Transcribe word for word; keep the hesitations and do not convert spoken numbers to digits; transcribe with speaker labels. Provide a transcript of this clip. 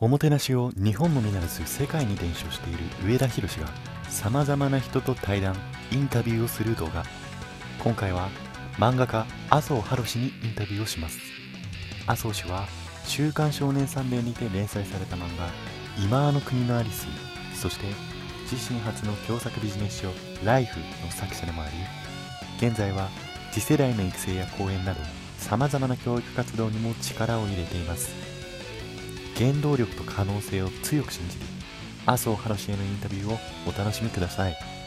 Speaker 1: おもてなしを日本のみならず世界に伝承している上田博がさまざまな人と対談、インタビューをする動画。今回は漫画家麻生ハ氏にインタビューをします。麻生氏は週刊少年サンデーにて連載された漫画今あの国のアリス、そして自身初の共作ビジネス書ライフの作者でもあり、現在は次世代の育成や講演などさまざまな教育活動にも力を入れています。原動力と可能性を強く信じる麻生ハ氏へのインタビューをお楽しみください。